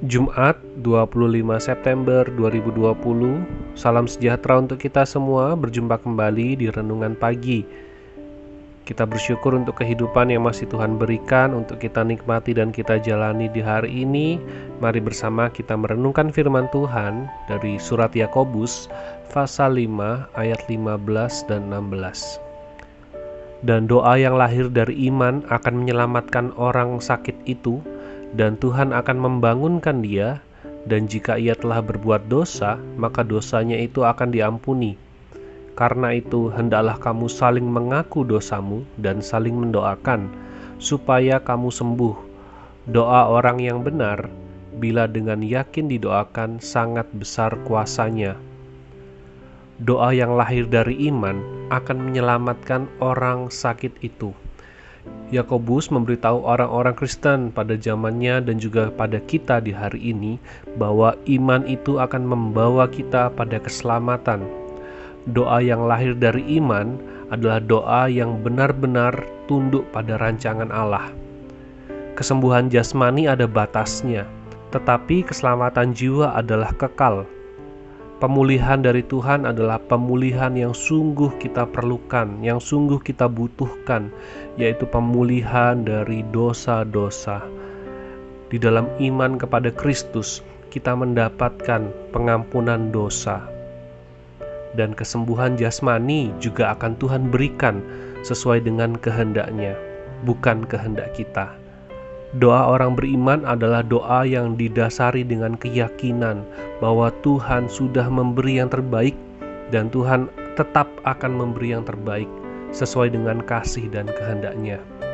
Jumat 25 September 2020. Salam sejahtera untuk kita semua. Berjumpa kembali di Renungan Pagi. Kita bersyukur untuk kehidupan yang masih Tuhan berikan untuk kita nikmati dan kita jalani di hari ini. Mari bersama kita merenungkan firman Tuhan dari surat Yakobus pasal 5 ayat 15 dan 16. Dan doa yang lahir dari iman akan menyelamatkan orang sakit itu, dan Tuhan akan membangunkan dia, dan jika ia telah berbuat dosa, maka dosanya itu akan diampuni. Karena itu, hendaklah kamu saling mengaku dosamu dan saling mendoakan, supaya kamu sembuh. Doa orang yang benar, bila dengan yakin didoakan, sangat besar kuasanya. Doa yang lahir dari iman akan menyelamatkan orang sakit itu. Yakobus memberitahu orang-orang Kristen pada zamannya dan juga pada kita di hari ini bahwa iman itu akan membawa kita pada keselamatan. Doa yang lahir dari iman adalah doa yang benar-benar tunduk pada rancangan Allah. Kesembuhan jasmani ada batasnya, tetapi keselamatan jiwa adalah kekal. Pemulihan dari Tuhan adalah pemulihan yang sungguh kita perlukan, yang sungguh kita butuhkan, yaitu pemulihan dari dosa-dosa. Di dalam iman kepada Kristus, kita mendapatkan pengampunan dosa. Dan kesembuhan jasmani juga akan Tuhan berikan sesuai dengan kehendak-Nya, bukan kehendak kita. Doa orang beriman adalah doa yang didasari dengan keyakinan bahwa Tuhan sudah memberi yang terbaik dan Tuhan tetap akan memberi yang terbaik sesuai dengan kasih dan kehendak-Nya.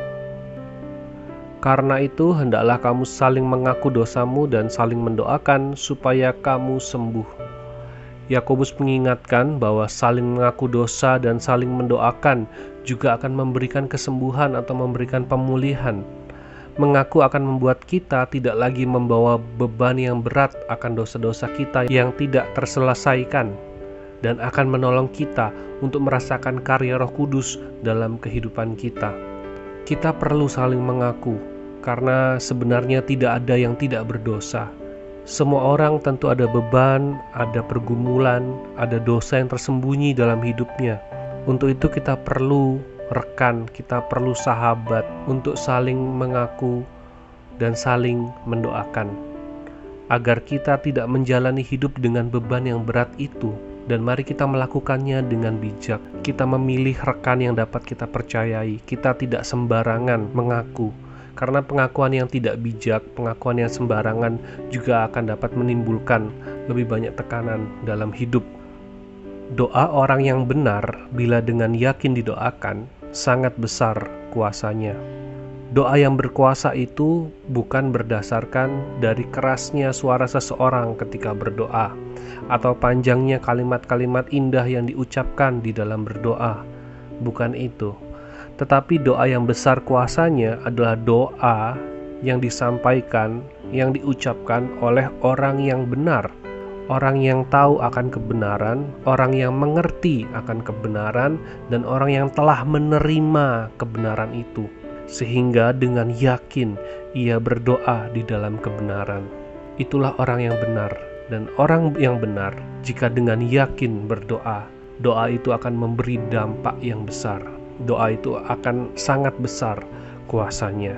Karena itu, hendaklah kamu saling mengaku dosamu dan saling mendoakan supaya kamu sembuh. Yakobus mengingatkan bahwa saling mengaku dosa dan saling mendoakan juga akan memberikan kesembuhan atau memberikan pemulihan. Mengaku akan membuat kita tidak lagi membawa beban yang berat akan dosa-dosa kita yang tidak terselesaikan, dan akan menolong kita untuk merasakan karya Roh Kudus dalam kehidupan kita. Kita perlu saling mengaku, karena sebenarnya tidak ada yang tidak berdosa. Semua orang tentu ada beban, ada pergumulan, ada dosa yang tersembunyi dalam hidupnya. Untuk itu kita perlu rekan, kita perlu sahabat untuk saling mengaku dan saling mendoakan agar kita tidak menjalani hidup dengan beban yang berat itu. Dan mari kita melakukannya dengan bijak. Kita memilih rekan yang dapat kita percayai. Kita tidak sembarangan mengaku, karena pengakuan yang tidak bijak, pengakuan yang sembarangan juga akan dapat menimbulkan lebih banyak tekanan dalam hidup. Doa orang yang benar, bila dengan yakin didoakan, sangat besar kuasanya. Doa yang berkuasa itu bukan berdasarkan dari kerasnya suara seseorang ketika berdoa, atau panjangnya kalimat-kalimat indah yang diucapkan di dalam berdoa. Bukan itu. Tetapi doa yang besar kuasanya adalah doa yang disampaikan, yang diucapkan oleh orang yang benar. Orang yang tahu akan kebenaran, orang yang mengerti akan kebenaran, dan orang yang telah menerima kebenaran itu, sehingga dengan yakin ia berdoa di dalam kebenaran. Itulah orang yang benar, dan orang yang benar jika dengan yakin berdoa, doa itu akan memberi dampak yang besar. Doa itu akan sangat besar kuasanya.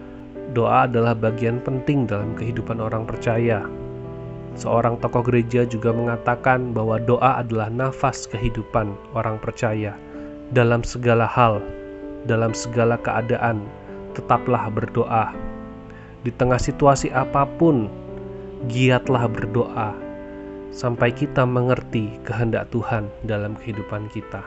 Doa adalah bagian penting dalam kehidupan orang percaya. Seorang tokoh gereja juga mengatakan bahwa doa adalah nafas kehidupan orang percaya. Dalam segala hal, dalam segala keadaan, tetaplah berdoa. Di tengah situasi apapun, giatlah berdoa sampai kita mengerti kehendak Tuhan dalam kehidupan kita.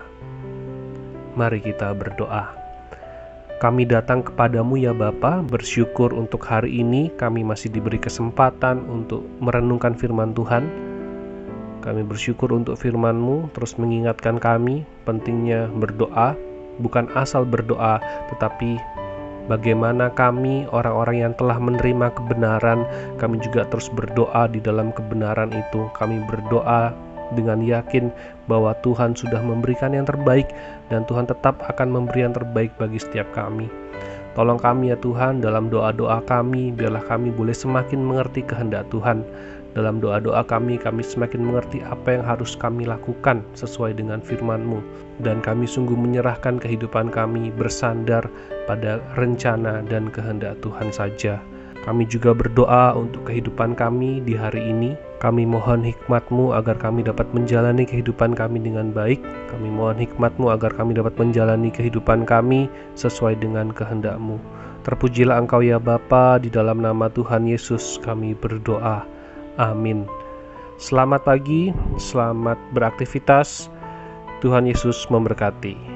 Mari kita berdoa. Kami datang kepadamu ya Bapa, bersyukur untuk hari ini kami masih diberi kesempatan untuk merenungkan firman Tuhan. Kami bersyukur untuk firman-Mu terus mengingatkan kami pentingnya berdoa, bukan asal berdoa, tetapi bagaimana kami orang-orang yang telah menerima kebenaran, kami juga terus berdoa di dalam kebenaran itu. Kami berdoa dengan yakin bahwa Tuhan sudah memberikan yang terbaik dan Tuhan tetap akan memberi yang terbaik bagi setiap kami. Tolong kami ya Tuhan dalam doa-doa kami, biarlah kami boleh semakin mengerti kehendak Tuhan. Dalam doa-doa kami semakin mengerti apa yang harus kami lakukan sesuai dengan firman-Mu. Dan kami sungguh menyerahkan kehidupan kami bersandar pada rencana dan kehendak Tuhan saja. Kami juga berdoa untuk kehidupan kami di hari ini. Kami mohon hikmat-Mu agar kami dapat menjalani kehidupan kami dengan baik. Kami mohon hikmat-Mu agar kami dapat menjalani kehidupan kami sesuai dengan kehendak-Mu. Terpujilah Engkau ya Bapa, di dalam nama Tuhan Yesus kami berdoa. Amin. Selamat pagi, selamat beraktivitas. Tuhan Yesus memberkati.